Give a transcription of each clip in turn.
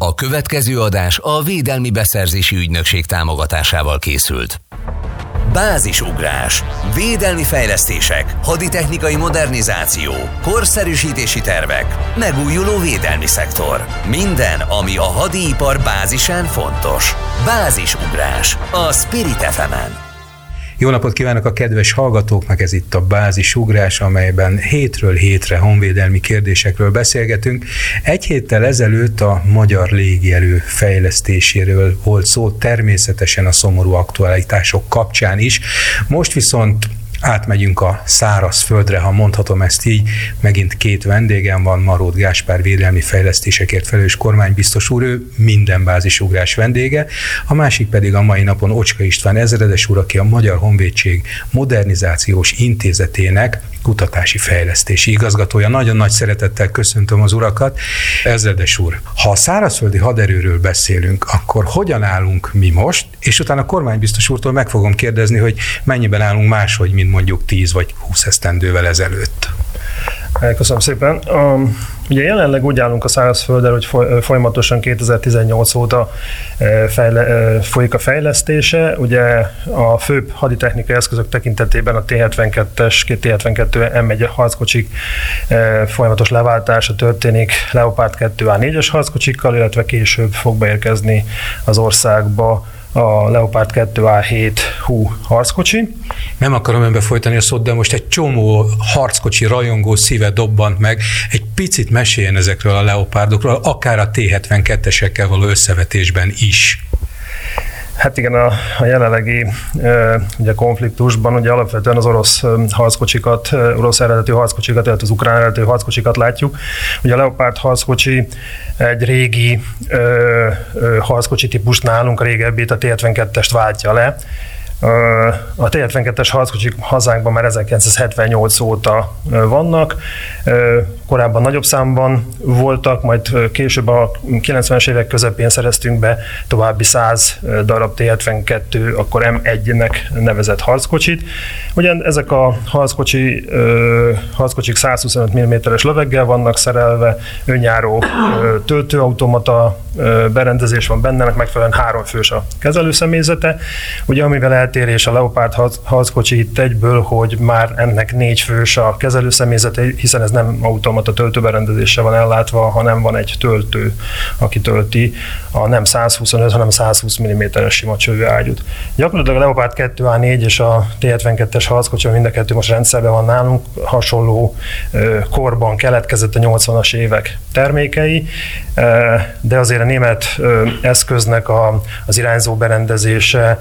A következő adás a Védelmi Beszerzési Ügynökség támogatásával készült. Bázisugrás, védelmi fejlesztések, haditechnikai modernizáció, korszerűsítési tervek, megújuló védelmi szektor. Minden, ami a hadipar bázisán fontos. Bázisugrás a Spirit FM-en. Jó napot kívánok a kedves hallgatóknak, ez itt a Bázisugrás, amelyben hétről hétre honvédelmi kérdésekről beszélgetünk. Egy héttel ezelőtt a magyar légierő fejlesztéséről volt szó, természetesen a szomorú aktualitások kapcsán is. Most viszont átmegyünk a szárazföldre, ha mondhatom ezt így. Megint két vendégem van, Marót Gáspár védelmi fejlesztésekért felelős kormánybiztos úr, ő minden bázisugrás vendége. A másik pedig a mai napon Ocska István ezredes úr, aki a Magyar Honvédség Modernizációs Intézetének kutatási fejlesztési igazgatója. Nagyon nagy szeretettel köszöntöm az urakat. Ezredes úr, ha a szárazföldi haderőről beszélünk, akkor hogyan állunk mi most? És utána a kormánybiztos úrtól meg fogom kérdezni, hogy mennyiben állunk máshogy, mint mondjuk 10 vagy 20 esztendővel ezelőtt. Köszönöm szépen. Ugye jelenleg úgy állunk a szárazfölddel, hogy folyamatosan 2018 óta folyik a fejlesztése. Ugye a főbb haditechnikai eszközök tekintetében a T-72-es, T-72 M1 harckocsik folyamatos leváltása történik Leopard 2A4-es harckocsikkal, illetve később fog beérkezni az országba a Leopard 2A7 harckocsi. Nem akarom önbe folytani a szót, de most egy csomó harckocsi rajongó szíve dobbant meg. Egy picit meséljen ezekről a Leopardokról, akár a T-72-esekkel való összevetésben is. Hát igen, a jelenlegi ugye konfliktusban ugye alapvetően az orosz harckocsikat, orosz eredetű harckocsikat, illetve az ukrán eredetű harckocsikat látjuk. Ugye a Leopard harckocsi egy régi harckocsi típus nálunk, a régebbit, a T-72-est váltja le. A T-72-es harckocsik hazánkban már 1978 óta vannak, korábban nagyobb számban voltak, majd később a 90-es évek közepén szereztünk be további 100 darab T-72, akkor M1-nek nevezett harckocsit. Ugyan ezek a harckocsik 125 mm-es löveggel vannak szerelve, önjáró töltőautomata berendezés van benne, megfelelően 3 fős a kezelőszemélyzete. Ugye amivel eltérés a Leopard harckocsi itt egyből, hogy már ennek 4 fős a kezelőszemélyzete, hiszen ez nem automata töltőberendezéssel van ellátva, hanem van egy töltő, aki tölti a nem 125, hanem 120 mm-es sima csőveágyút. Gyakorlatilag a Leopard 2A4 és a T-72-es harckocsi, mind a kettő most rendszerben van nálunk, hasonló korban keletkezett a 80-as évek termékei, de azért a német eszköznek az irányzó berendezése,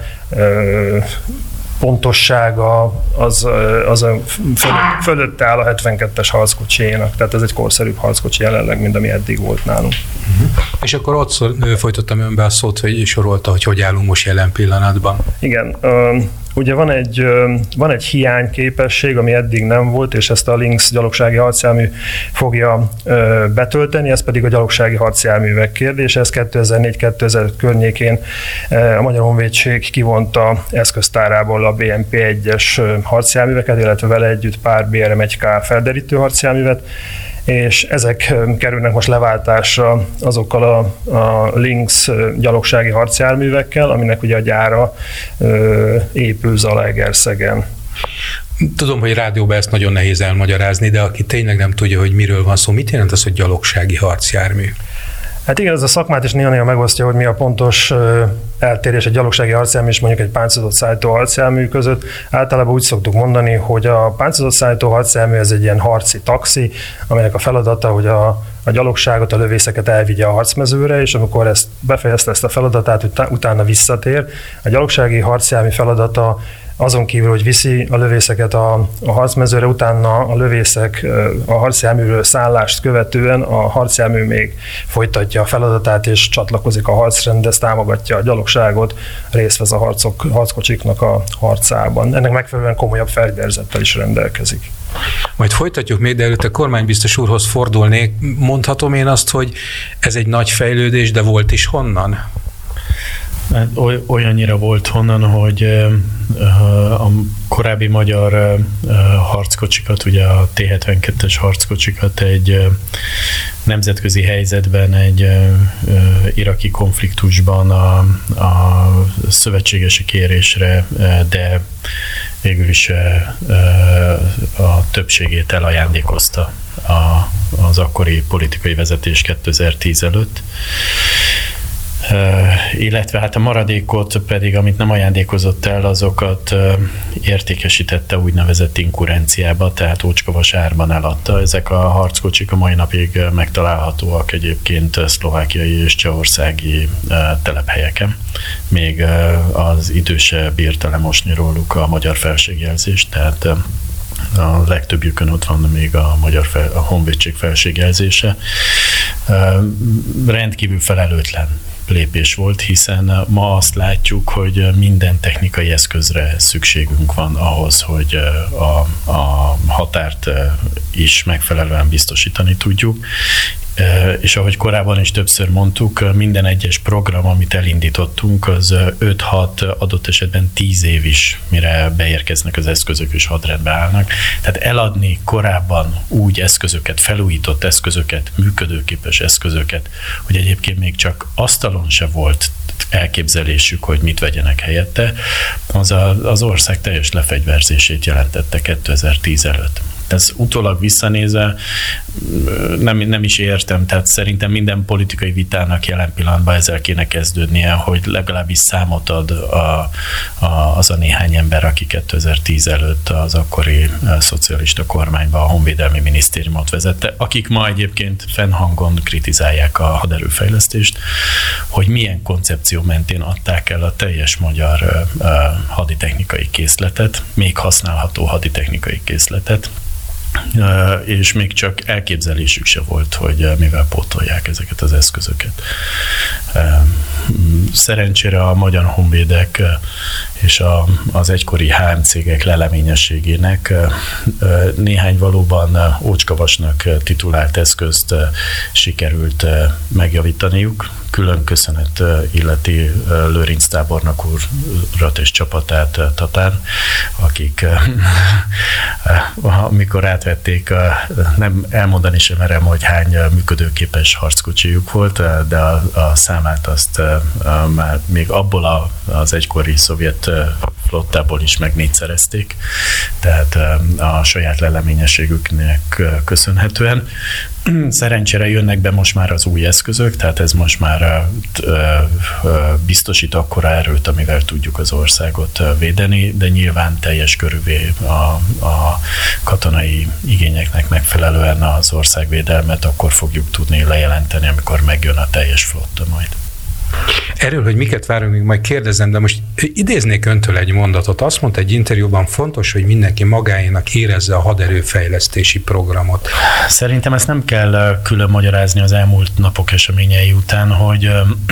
pontossága az fölötte áll a 72-es harckocsiénak, tehát ez egy korszerűbb harckocsi jelenleg, mint ami eddig volt nálunk. És akkor ott folytottam önbe a szót, hogy sorolta, hogy állunk most jelen pillanatban. Igen, ugye van egy hiányképesség, ami eddig nem volt, és ezt a Lynx gyalogsági harcjármű fogja betölteni, ez pedig a gyalogsági harcjárművek kérdése. Ez 2004-2005 környékén a Magyar Honvédség kivonta eszköztárából a BMP-1-es harcjárműveket, illetve vele együtt pár BRM-1K felderítő harcjárművet, és ezek kerülnek most leváltásra azokkal a Lynx gyalogsági harcjárművekkel, aminek ugye a gyára épül Zalaegerszegen. Tudom, hogy rádióban ezt nagyon nehéz elmagyarázni, de aki tényleg nem tudja, hogy miről van szó, mit jelent az, hogy gyalogsági harcjármű? Hát igen, ez a szakmát is néha megosztja, hogy mi a pontos eltérés egy gyalogsági harcjármű és mondjuk egy páncélozott szállító harcjármű között. Általában úgy szoktuk mondani, hogy a páncélozott szállító harcjármű ez egy ilyen harci taxi, aminek a feladata, hogy a gyalogságot, a lövészeket elvigye a harcmezőre, és amikor ezt befejezte ezt a feladatát, utána visszatér. A gyalogsági harcjármű feladata azon kívül, hogy viszi a lövészeket a harcmezőre, utána a lövészek a harcjárműről szállást követően a harcjármű még folytatja a feladatát és csatlakozik a harcrendhez, támogatja a gyalogságot, részt vesz a harckocsiknak a harcában. Ennek megfelelően komolyabb fegyverzettel is rendelkezik. Majd folytatjuk még, de előtte kormánybiztos úrhoz fordulnék. Mondhatom én azt, hogy ez egy nagy fejlődés, de volt is honnan? Hát olyannyira volt honnan, hogy a korábbi magyar harckocsikat, ugye a T-72-es harckocsikat egy nemzetközi helyzetben, egy iraki konfliktusban a szövetségesi kérésre, de végül is a többségét elajándékozta az akkori politikai vezetés 2010 előtt. Illetve hát a maradékot pedig, amit nem ajándékozott el, azokat értékesítette úgynevezett inkurenciába, tehát ócskavas árban eladta. Ezek a harckocsik a mai napig megtalálhatóak egyébként szlovákiai és csehországi telephelyeken. Még az idő se bírta lemosni róluk a magyar felségjelzést, tehát a legtöbbjükön ott van még a a honvédség felségjelzése. Rendkívül felelőtlen lépés volt, hiszen ma azt látjuk, hogy minden technikai eszközre szükségünk van ahhoz, hogy a határt is megfelelően biztosítani tudjuk. És ahogy korábban is többször mondtuk, minden egyes program, amit elindítottunk, az 5-6, adott esetben 10 év is, mire beérkeznek az eszközök és hadrendbe állnak. Tehát eladni korábban úgy eszközöket, felújított eszközöket, működőképes eszközöket, hogy egyébként még csak asztalon se volt elképzelésük, hogy mit vegyenek helyette, az ország teljes lefegyverzését jelentette 2010 előtt. Ez utólag visszanézve nem is értem, tehát szerintem minden politikai vitának jelen pillanatban ezzel kéne kezdődnie, hogy legalábbis számot ad az a néhány ember, aki 2010 előtt az akkori szocialista kormányban a Honvédelmi Minisztériumot vezette, akik ma egyébként fennhangon kritizálják a haderőfejlesztést, hogy milyen koncepció mentén adták el a teljes magyar haditechnikai készletet, még használható haditechnikai készletet, és még csak elképzelésük se volt, hogy mivel pótolják ezeket az eszközöket. Szerencsére a magyar honvédek és az egykori HM cégek leleményességének néhány valóban ócskavasnak titulált eszközt sikerült megjavítaniuk. Külön köszönet illeti Lőrinc tábornok urat és csapatát Tatán, akik amikor átvették, nem elmondani sem merem, hogy hány működőképes harckocsijuk volt, de a számát azt már még abból az egykori szovjet flottából is meg 4-szerezték, tehát a saját leleményességüknek köszönhetően. Szerencsére jönnek be most már az új eszközök, tehát ez most már biztosít akkora erőt, amivel tudjuk az országot védeni, de nyilván teljes körülvé a katonai igényeknek megfelelően az országvédelmet akkor fogjuk tudni lejelenteni, amikor megjön a teljes flotta majd. Erről, hogy miket várunk, még majd kérdezem, de most idéznék öntől egy mondatot. Azt mondta egy interjúban, fontos, hogy mindenki magáénak érezze a haderőfejlesztési programot. Szerintem ezt nem kell külön magyarázni az elmúlt napok eseményei után, hogy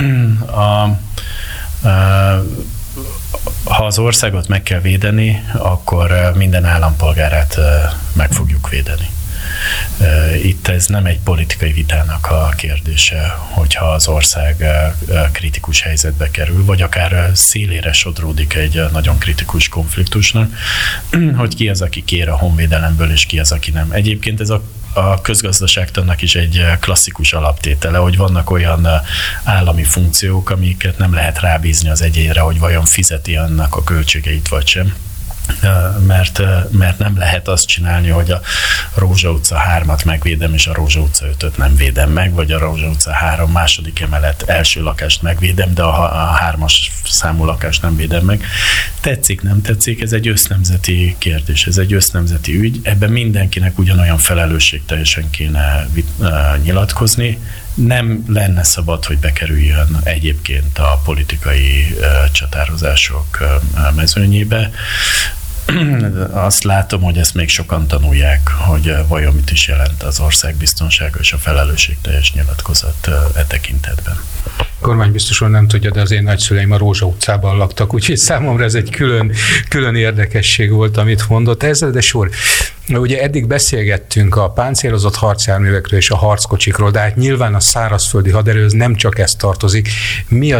ha az országot meg kell védeni, akkor minden állampolgárát meg fogjuk védeni. Itt ez nem egy politikai vitának a kérdése, hogyha az ország kritikus helyzetbe kerül, vagy akár szélére sodródik egy nagyon kritikus konfliktusnak, hogy ki az, aki kér a honvédelemből, és ki az, aki nem. Egyébként ez a közgazdaságtannak is egy klasszikus alaptétele, hogy vannak olyan állami funkciók, amiket nem lehet rábízni az egyénre, hogy vajon fizeti annak a költségeit vagy sem. Mert nem lehet azt csinálni, hogy a Rózsa utca 3-at megvédem, és a Rózsa utca 5-öt nem védem meg, vagy a Rózsa utca 3 második emelet első lakást megvédem, de a 3-as számú lakást nem védem meg. Tetszik, nem tetszik, ez egy össznemzeti kérdés, ez egy össznemzeti ügy, ebben mindenkinek ugyanolyan felelősségteljesen kéne nyilatkozni. Nem lenne szabad, hogy bekerüljön egyébként a politikai csatározások mezőnyébe. Azt látom, hogy ezt még sokan tanulják, hogy vajon mit is jelent az ország biztonsága és a felelősségteljes nyilatkozat e tekintetben. Kormánybiztos úr nem tudja, de az én nagyszüleim a Rózsa utcában laktak, úgyhogy számomra ez egy külön érdekesség volt, amit mondott. Ezredes úr, ugye eddig beszélgettünk a páncélozott harcjárművekről és a harckocsikról, de hát nyilván a szárazföldi haderőhöz nem csak ez tartozik. Mi az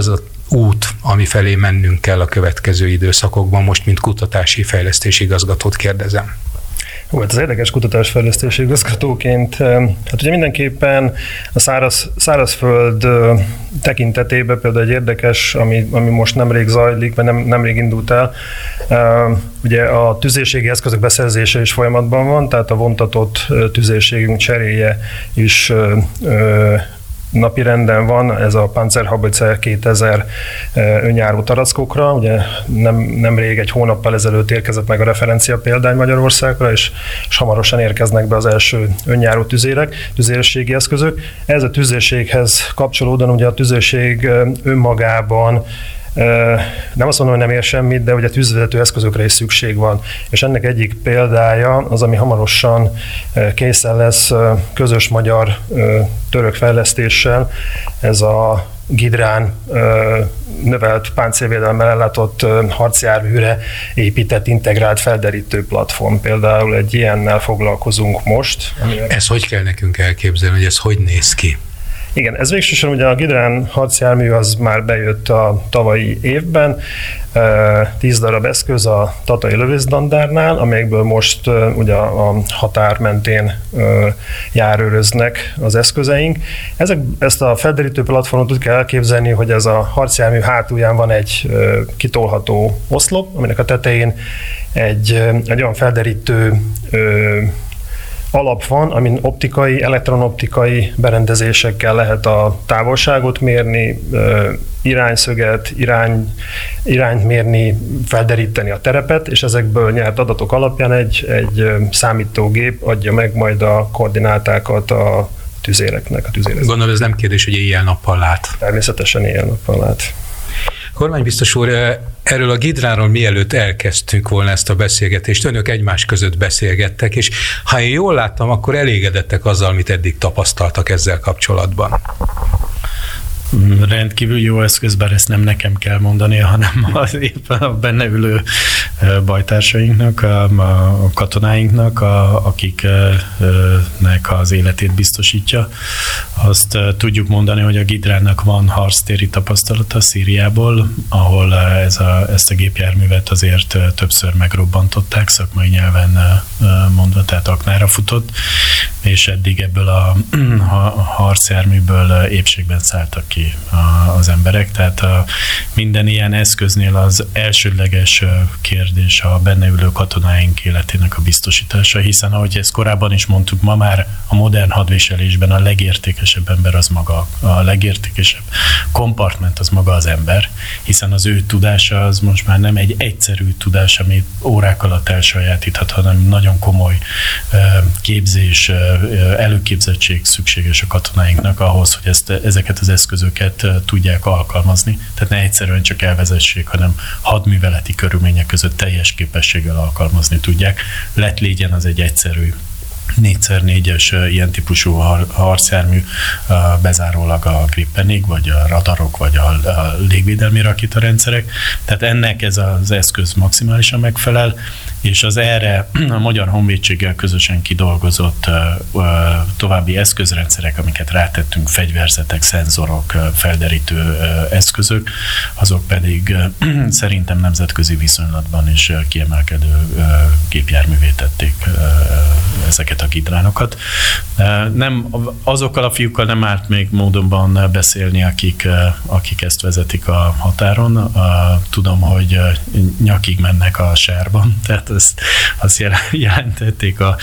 út, ami felé mennünk kell a következő időszakokban, most mint kutatási fejlesztési igazgatót kérdezem. Jó, hát az érdekes kutatásfejlesztési igazgatóként, hát ugye mindenképpen a szárazföld tekintetében például egy érdekes, ami most nemrég zajlik, vagy nemrég indult el, ugye a tüzérségi eszközök beszerzése is folyamatban van, tehát a vontatott tüzérségünk cseréje is napi renden van, ez a Panzerhaubitze 2000 önjáró tarackokra, ugye nemrég egy hónappal ezelőtt érkezett meg a referencia példány Magyarországra, és hamarosan érkeznek be az első önjáró tüzérségi eszközök. Ez a tüzérséghez kapcsolódóan ugye a tüzérség önmagában nem azt mondom, hogy nem ér semmit, de ugye tűzvezető eszközökre is szükség van. És ennek egyik példája az, ami hamarosan készen lesz közös magyar-török fejlesztéssel, ez a Gidrán növelt páncélvédelemmel ellátott harcjárműre épített integrált felderítő platform. Például egy ilyennel foglalkozunk most. Ez hogy kell nekünk elképzelni, hogy ez hogy néz ki? Igen, ez végsősorban ugye a Gidrán harcjármű az már bejött a tavalyi évben, 10 darab eszköz a tatai lövésztandárnál, amelyekből most ugye a határ mentén járőröznek az eszközeink. Ezt a felderítő platformot úgy kell elképzelni, hogy ez a harcjármű hátulján van egy kitolható oszlop, aminek a tetején egy olyan felderítő alap van, amin optikai, elektronoptikai berendezésekkel lehet a távolságot mérni, irányszöget, irányt mérni, felderíteni a terepet, és ezekből nyert adatok alapján egy számítógép adja meg majd a koordinátákat a tüzéreknek. Gondolom, ez nem kérdés, hogy éjjel-nappal lát. Természetesen éjjel-nappal lát. Kormánybiztos úr, erről a Gidránról mielőtt elkezdtünk volna ezt a beszélgetést, önök egymás között beszélgettek, és ha én jól láttam, akkor elégedettek azzal, amit eddig tapasztaltak ezzel kapcsolatban. Rendkívül jó eszköz, bár ezt nem nekem kell mondani, hanem éppen a benne ülő bajtársainknak, a katonáinknak, akiknek az életét biztosítja. Azt tudjuk mondani, hogy a Gidránnak van harctéri tapasztalata Szíriából, ahol ezt a gépjárművet azért többször megrobbantották, szakmai nyelven mondva, tehát aknára futott, és eddig ebből a harcjárműből épségben szálltak ki az emberek, tehát minden ilyen eszköznél az elsődleges kérdés a benne ülő katonáink életének a biztosítása, hiszen ahogy ezt korábban is mondtuk, ma már a modern hadviselésben a legértékesebb ember az maga, a legértékesebb kompartment az maga az ember, hiszen az ő tudása az most már nem egy egyszerű tudás, amit órák alatt elsajátíthat, hanem nagyon komoly képzés, előképzettség szükséges a katonáinknak ahhoz, hogy ezeket az eszközöket tudják alkalmazni. Tehát ne egyszerűen csak elvezessék, hanem hadműveleti körülmények között teljes képességgel alkalmazni tudják. Légyen az egy egyszerű 4x4-es ilyen típusú harcjármű, bezárólag a Gripenig, vagy a radarok, vagy a légvédelmi rakétarendszerek. Tehát ennek ez az eszköz maximálisan megfelel, és az erre a Magyar Honvédséggel közösen kidolgozott további eszközrendszerek, amiket rátettünk, fegyverzetek, szenzorok, felderítő eszközök, azok pedig szerintem nemzetközi viszonylatban is kiemelkedő gépjárművé tették ezeket a Gidránokat. Nem, azokkal a fiúkkal nem árt még módonban beszélni, akik ezt vezetik a határon. Tudom, hogy nyakig mennek a sárban, tehát azt jelentették a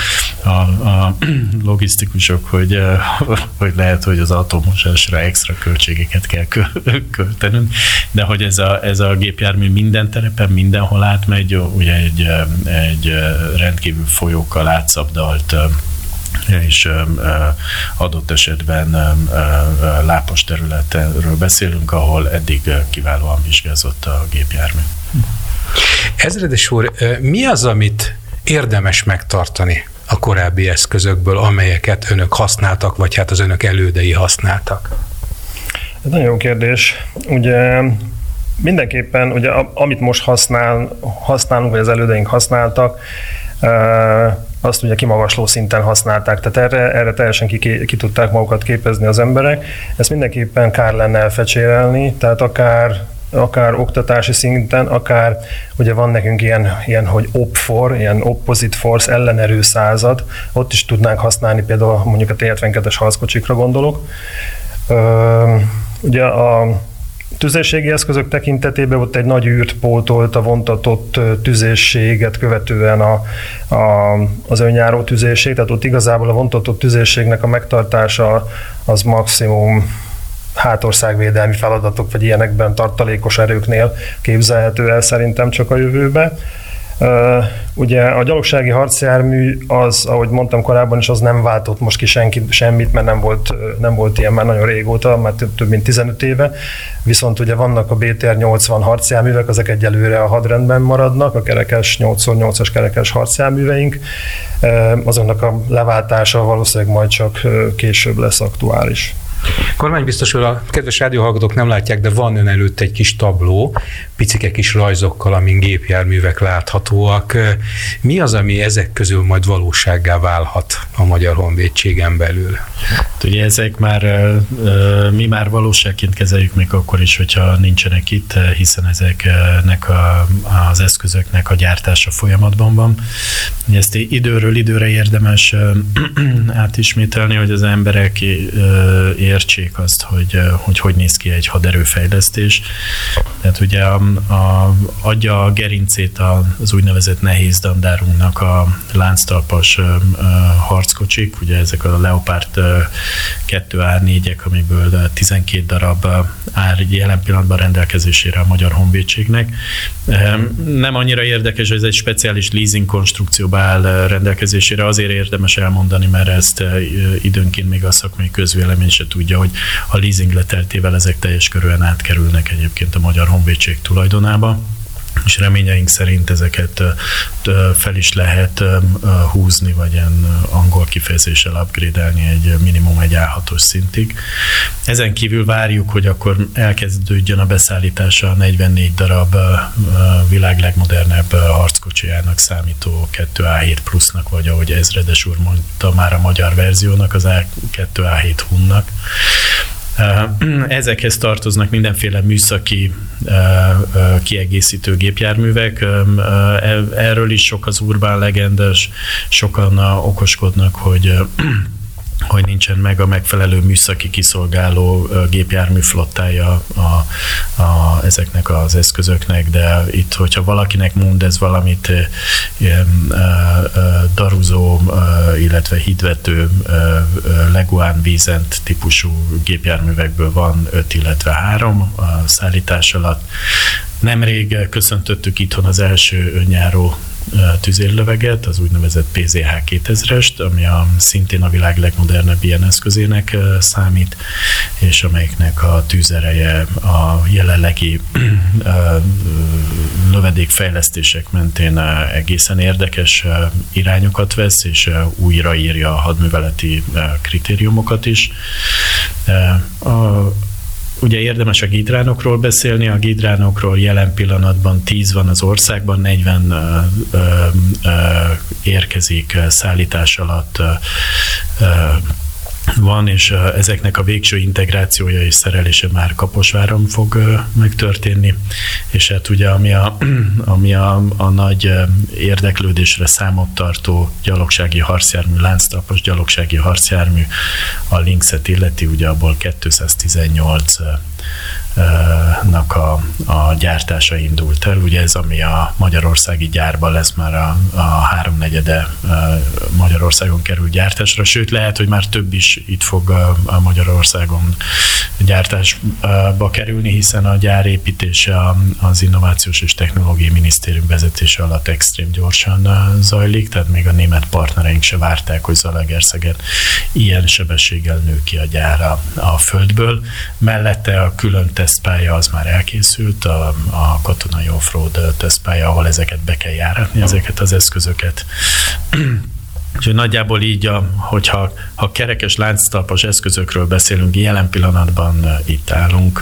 logisztikusok, hogy lehet, hogy az autómosásra extra költségeket kell költenünk, de hogy ez a gépjármű minden terepen, mindenhol átmegy, ugye egy rendkívül folyókkal átszabdalt és adott esetben lápos területről beszélünk, ahol eddig kiválóan vizsgázott a gépjármű. Ezredes úr, mi az, amit érdemes megtartani a korábbi eszközökből, amelyeket önök használtak, vagy hát az önök elődei használtak? Ez nagyon jó kérdés. Ugye mindenképpen, ugye, amit most használunk, vagy az elődeink használtak, azt ugye kimagasló szinten használták, tehát erre teljesen ki tudták magukat képezni az emberek. Ezt mindenképpen kár lenne elfecsérelni, tehát akár akár oktatási szinten, akár ugye van nekünk ilyen hogy OPFOR, ilyen Opposite Force ellenerő század, ott is tudnánk használni például mondjuk a T-72-es harckocsikra gondolok. Ugye a tüzérségi eszközök tekintetében ott egy nagy űrt pótolt a vontatott tüzérséget követően az önjáró tüzérség, tehát ott igazából a vontatott tüzérségnek a megtartása az maximum hátországvédelmi feladatok, vagy ilyenekben tartalékos erőknél képzelhető el szerintem csak a jövőbe. Ugye a gyalogsági harcjármű az, ahogy mondtam korábban is, az nem váltott most ki semmit, mert nem volt ilyen már nagyon régóta, már több mint 15 éve. Viszont ugye vannak a BTR-80 harcjárművek, ezek egyelőre a hadrendben maradnak, a kerekes 8x8-as kerekes harcjárműveink. Azonnak a leváltása valószínűleg majd csak később lesz aktuális. Kormánybiztos úr, a kedves rádióhallgatók nem látják, de van ön előtt egy kis tabló, picike kis rajzokkal, amin gépjárművek láthatóak. Mi az, ami ezek közül majd valósággá válhat a Magyar Honvédségen belül? Ugye ezek mi már valóságként kezeljük még akkor is, hogyha nincsenek itt, hiszen ezeknek az eszközöknek a gyártása folyamatban van. Ezt időről időre érdemes átismételni, hogy az emberek értsék azt, hogy néz ki egy haderőfejlesztés. Tehát ugye adja a gerincét az úgynevezett nehéz dandárunknak a lánctalpas harckocsik, ugye ezek a Leopard 2A4-ek, amiből 12 darab áll jelen pillanatban rendelkezésére a Magyar Honvédségnek. Nem annyira érdekes, hogy ez egy speciális leasing konstrukcióba áll rendelkezésére, azért érdemes elmondani, mert ezt időnként még a szakmai közvélemény se tudja, hogy a leasing leteltével ezek teljes körűen átkerülnek egyébként a Magyar Honvédség tulajdonába, és reményeink szerint ezeket fel is lehet húzni, vagy ilyen angol kifejezéssel upgrade-elni egy minimum egy A6-os szintig. Ezen kívül várjuk, hogy akkor elkezdődjön a beszállítása a 44 darab világ legmodernebb harckocsijának számító 2A7 plusznak, vagy ahogy ezredes úr mondta, már a magyar verziónak, az A2A7 Hunnak. Ezekhez tartoznak mindenféle műszaki kiegészítő gépjárművek. Erről is sok az urbán legenda, sokan okoskodnak, hogy nincsen meg a megfelelő műszaki kiszolgáló gépjármű flottája ezeknek az eszközöknek, de itt, hogyha valakinek mond ez valamit, daruzó, illetve hídvető Leguán Vízent típusú gépjárművekből van 5, illetve 3 a szállítás alatt. Nemrég köszöntöttük itthon az első önjáró tüzérlöveget, az úgynevezett PZH 2000-est, ami szintén a világ legmodernebb ilyen eszközének számít, és amelyiknek a tűzereje a jelenlegi lövedékfejlesztések mentén egészen érdekes irányokat vesz, és újraírja a hadműveleti kritériumokat is. Ugye érdemes a gidránokról beszélni, a gidránokról jelen pillanatban 10 van az országban, 40 érkezik szállítás alatt van, és ezeknek a végső integrációja és szerelése már Kaposváron fog megtörténni, és hát ugye ami a nagy érdeklődésre számot tartó gyalogsági harcjármű, lánctalpas gyalogsági harcjármű, a Lynxet illeti, ugye abból 218 a gyártása indult el. Ugye ez, ami a magyarországi gyárban lesz, már a 3/4 Magyarországon kerül gyártásra, sőt lehet, hogy már több is itt fog a Magyarországon gyártásba kerülni, hiszen a gyár építése az Innovációs és Technológiai Minisztérium vezetése alatt extrém gyorsan zajlik, tehát még a német partnereink se várták, hogy Zalaegerszegen ilyen sebességgel nő ki a gyár a földből. Mellette a külön tesztpálya az már elkészült, a katonai offroad tesztpálya, ahol ezeket be kell járatni, ezeket az eszközöket. Úgyhogy nagyjából így, hogyha kerekes lánctalpas eszközökről beszélünk, jelen pillanatban itt állunk,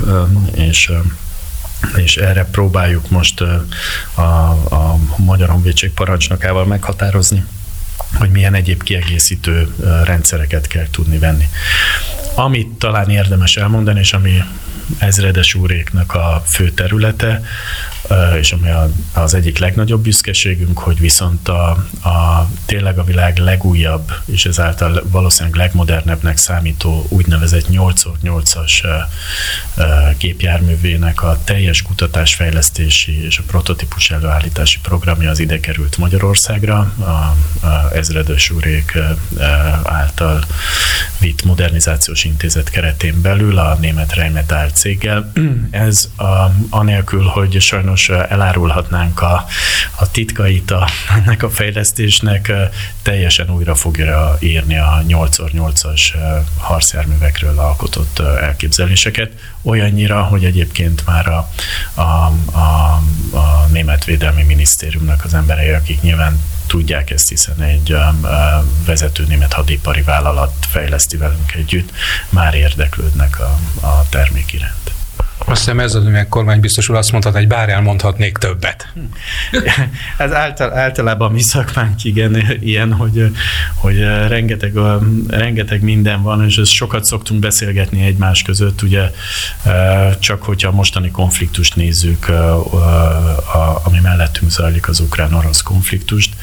és erre próbáljuk most a Magyar Honvédség parancsnokával meghatározni, hogy milyen egyéb kiegészítő rendszereket kell tudni venni. Amit talán érdemes elmondani, és ami ezredes úréknak a fő területe, és ami az egyik legnagyobb büszkeségünk, hogy viszont tényleg a világ legújabb, és ezáltal valószínűleg legmodernebbnek számító úgynevezett 8x8-as gépjárművének a teljes kutatásfejlesztési és a prototípus előállítási programja az ide került Magyarországra, a ezredes úrék által vitt modernizációs intézet keretén belül a német Rheinmetall céggel. Ez anélkül, hogy sajnos elárulhatnánk a titkait ennek a fejlesztésnek, teljesen újra fogja írni a 8x8-as harcjárművekről alkotott elképzeléseket, olyannyira, hogy egyébként már a Német Védelmi Minisztériumnak az emberei, akik nyilván tudják ezt, hiszen egy vezető német hadipari vállalat fejleszti velünk együtt, már érdeklődnek a termék iránt. Azt hiszem ez az, amilyen kormánybiztos úr azt mondhat, hogy bár elmondhatnék többet. Ez általában mi szakmánk ilyen, hogy rengeteg minden van, és ezt sokat szoktunk beszélgetni egymás között, ugye csak hogyha a mostani konfliktust nézzük, ami mellettünk zajlik, az ukrán-orosz konfliktust.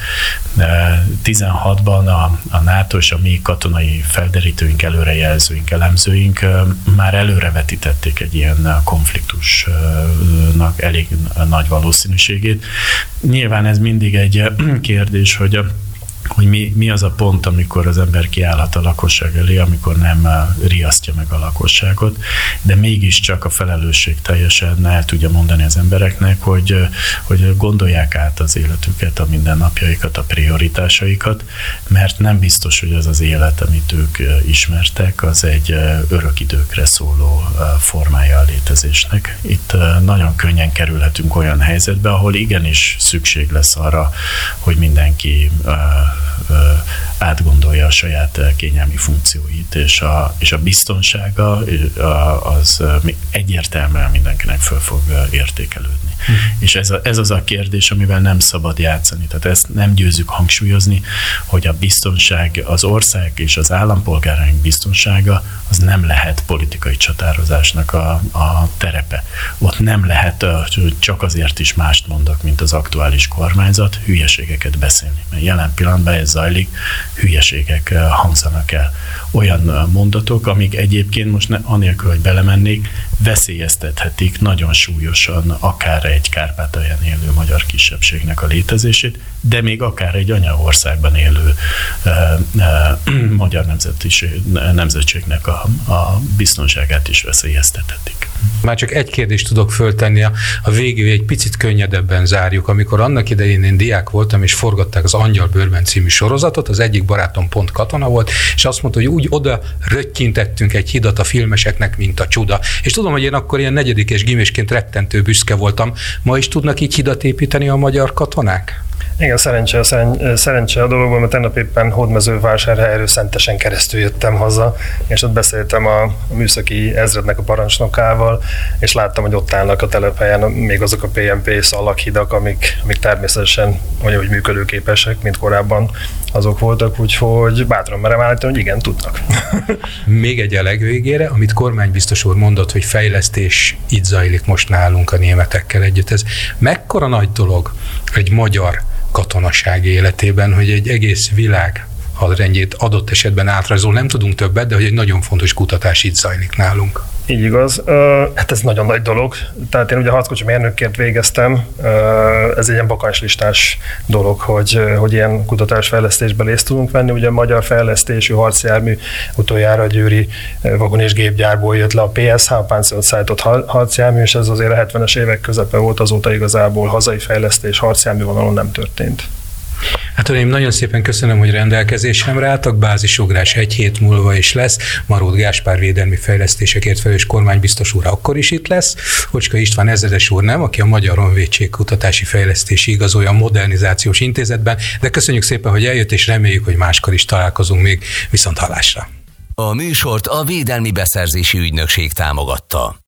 16-ban a NATO és a mi katonai felderítőink, előrejelzőink, elemzőink már előrevetítették egy ilyen konfliktusnak elég nagy valószínűségét. Nyilván ez mindig egy kérdés, hogy mi az a pont, amikor az ember kiállhat a lakosság elé, amikor nem riasztja meg a lakosságot, de mégiscsak a felelősség teljesen el tudja mondani az embereknek, hogy gondolják át az életüket, a mindennapjaikat, a prioritásaikat, mert nem biztos, hogy az az élet, amit ők ismertek, az egy örök időkre szóló formája a létezésnek. Itt nagyon könnyen kerülhetünk olyan helyzetbe, ahol igenis szükség lesz arra, hogy mindenki átgondolja a saját kényelmi funkcióit, és a biztonsága az egyértelműen mindenkinek föl fog értékelődni. És ez az a kérdés, amivel nem szabad játszani. Tehát ezt nem győzzük hangsúlyozni, hogy a biztonság, az ország és az állampolgáraink biztonsága az nem lehet politikai csatározásnak a terepe. Ott nem lehet csak azért is mást mondok, mint az aktuális kormányzat, hülyeségeket beszélni. Mert jelen pillanatban ez zajlik, hülyeségek hangzanak el. Olyan mondatok, amik egyébként most anélkül, hogy belemennék, veszélyeztethetik nagyon súlyosan akár egy Kárpátalján élő magyar kisebbségnek a létezését, de még akár egy anyaországban élő magyar nemzetségnek a biztonságát is veszélyeztethetik. Már csak egy kérdést tudok föltenni, a végül egy picit könnyedebben zárjuk. Amikor annak idején én diák voltam, és forgatták az Angyalbőrben című sorozatot, az egyik barátom pont katona volt, és azt mondta, hogy úgy oda röttyintettünk egy hidat a filmeseknek, mint a csuda. És tudom, hogy én akkor ilyen negyedikes gimisként rettentő büszke voltam. Ma is tudnak így hidat építeni a magyar katonák? Igen, szerencse a dologban, mert tegnap éppen Hódmezővásárhelyről Szentesen keresztül jöttem haza, és ott beszéltem a műszaki ezrednek a parancsnokával, és láttam, hogy ott állnak a telephelyen még azok a PMP szalaghidak, amik természetesen olyan, hogy működőképesek, mint korábban azok voltak, úgyhogy bátran merem állítani, hogy igen, tudnak. Még egy a legvégére, amit kormánybiztos úr mondott, hogy fejlesztés itt zajlik most nálunk a németekkel együtt. Ez mekkora nagy dolog egy magyar katonaság életében, hogy egy egész világ hadrendjét adott esetben átrajzol, nem tudunk többet, de hogy egy nagyon fontos kutatás itt zajlik nálunk. Így igaz. Hát ez nagyon nagy dolog. Tehát én ugye harckocsi mérnökként végeztem, ez egy ilyen bakancslistás dolog, hogy ilyen kutatásfejlesztésben részt tudunk venni. Ugye a magyar fejlesztésű harcjármű utoljára a győri vagon- és gépgyárból jött le a PSH, a páncélozott szállított harcjármű, és ez azért a 70-es évek közepe volt, azóta igazából hazai fejlesztés harcjármű vonalon nem történt. Hát én nagyon szépen köszönöm, hogy rendelkezésemre álltak, bázisugrás egy hét múlva is lesz, Marót Gáspár védelmi fejlesztésekért felelős kormánybiztos úr akkor is itt lesz, Ocska István ezredes úr nem, aki a Magyar Honvédség kutatási fejlesztési igazolja a Modernizációs Intézetben, de köszönjük szépen, hogy eljött, és reméljük, hogy máskor is találkozunk még, viszont hallásra. A műsort a Védelmi Beszerzési Ügynökség támogatta.